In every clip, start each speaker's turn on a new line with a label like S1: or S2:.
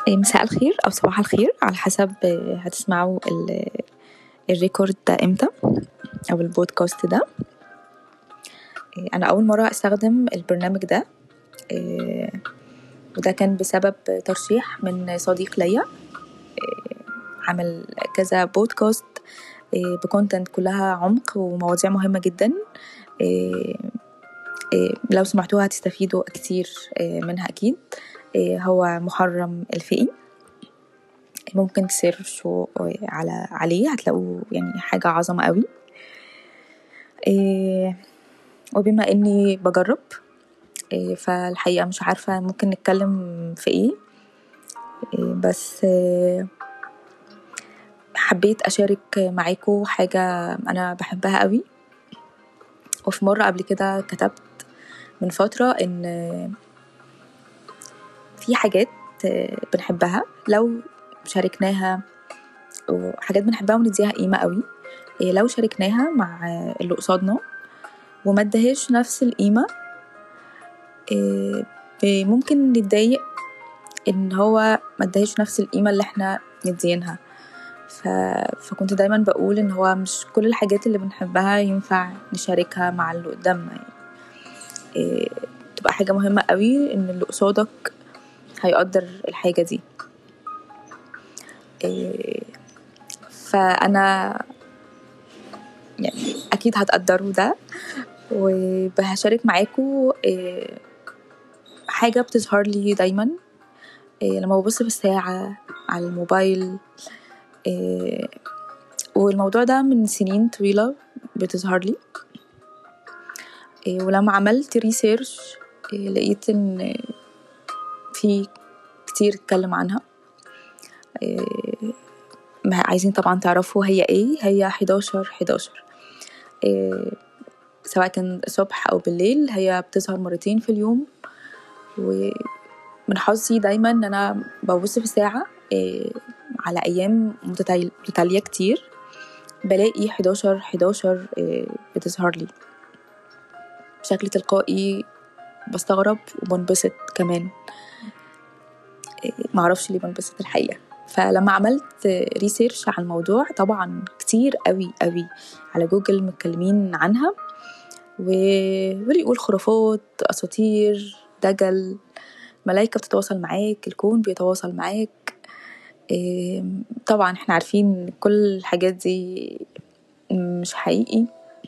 S1: مساء الخير أو صباح الخير على حسب هتسمعوا الريكورد ده امتى أو البودكاست ده. أنا أول مرة أستخدم البرنامج ده، وده كان بسبب ترشيح من صديق ليا عمل كذا بودكاست بكونتنت كلها عمق ومواضيع مهمة جدا. لو سمعتوها هتستفيدوا كتير منها أكيد. هو محرم الفقي، ممكن تسيرشوا عليه هتلاقوا يعني حاجة عظمة قوي. وبما اني بجرب فالحقيقة مش عارفة ممكن نتكلم في ايه، بس حبيت اشارك معاكم حاجة انا بحبها قوي. وفي مرة قبل كده كتبت من فترة ان في حاجات بنحبها لو شاركناها، وحاجات بنحبها ونديها قيمة قوي لو شاركناها مع اللي قصادنا وما ادهاش نفس القيمة ممكن نتضايق ان هو ما ادهاش نفس القيمة اللي احنا مدينها. فكنت دايما بقول ان هو مش كل الحاجات اللي بنحبها ينفع نشاركها مع اللي قدامنا، يعني تبقى حاجة مهمة قوي ان اللي قصادك هيقدر الحاجة دي. فأنا يعني أكيد هتقدروا ده، وبهشارك معاكم حاجة بتظهر لي دايما لما ببص في الساعة على الموبايل. والموضوع ده من سنين طويلة بتظهر لي، ولما عملت ريسيرش لقيت ان في كتير اتكلم عنها. عايزين طبعا تعرفوا هي ايه. هي 11 سواء كان الصبح او بالليل، هي بتظهر مرتين في اليوم. ومن حظي دايما ان انا ببص في الساعة على ايام متتالية كتير بلاقي 11 بتظهر لي بشكل تلقائي. بستغرب وبنبسط كمان، معرفش ليه بنبسط الحقيقة. فلما عملت ريسيرش على الموضوع، طبعا كتير قوي قوي على جوجل متكلمين عنها، واللي يقول خرافات، أساطير، دجل، ملايكة بتتواصل معاك، الكون بيتواصل معاك. طبعا احنا عارفين كل الحاجات دي مش حقيقي،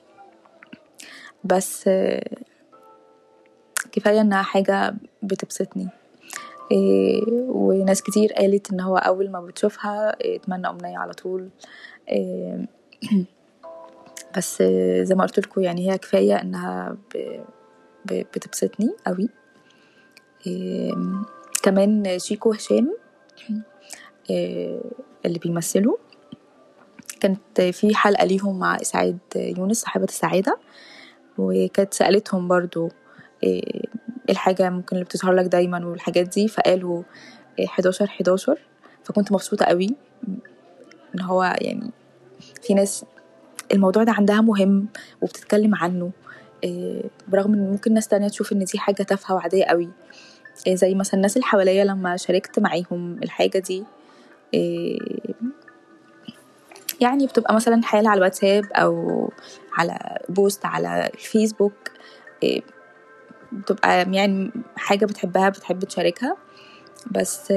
S1: بس كفاية انها حاجة بتبسطني. وناس كتير قالت ان هو اول ما بتشوفها اتمنى امنية على طول. بس زي ما قلت لكم يعني هي كفاية انها بتبسطني قوي. كمان شيكو وهشام اللي بيمثلوا، كانت في حلقة ليهم مع إسعاد يونس صاحبة السعادة، وكانت سألتهم برضو الحاجة ممكن اللي بتظهر لك دايما والحاجات دي، فقالوا 11. فكنت مبسوطة قوي ان هو يعني في ناس الموضوع ده عندها مهم وبتتكلم عنه، برغم ان ممكن ناس تانية تشوف ان دي حاجة تافهة وعادية قوي. زي مثلا الناس اللي حواليا لما شاركت معاهم الحاجة دي، يعني بتبقى مثلا حالة على الواتساب او على بوست على الفيسبوك، بتبقى يعني حاجة بتحبها بتحب تشاركها، بس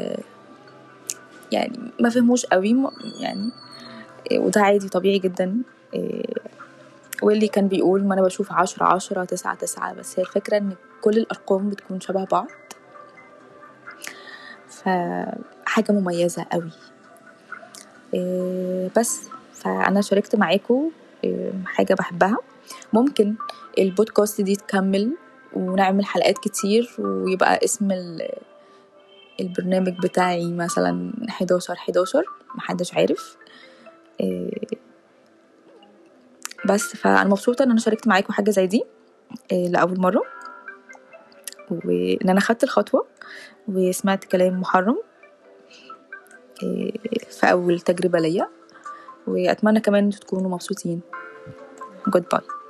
S1: يعني ما فهموش قوي يعني، وده عادي طبيعي جدا. واللي كان بيقول ما انا بشوف 10 9 بس هي الفكرة ان كل الارقام بتكون شبه بعض، فحاجة مميزة قوي. بس فانا شاركت معاكم حاجة بحبها. ممكن البودكاست دي تكمل ونعمل حلقات كتير ويبقى اسم البرنامج بتاعي مثلا 11 محدش عارف. بس فأنا مبسوطة ان انا شاركت معاكم حاجة زي دي لأول مرة، وان انا خدت الخطوة وسمعت كلام محرم في أول تجربة ليا، وأتمنى كمان تكونوا مبسوطين. Goodbye.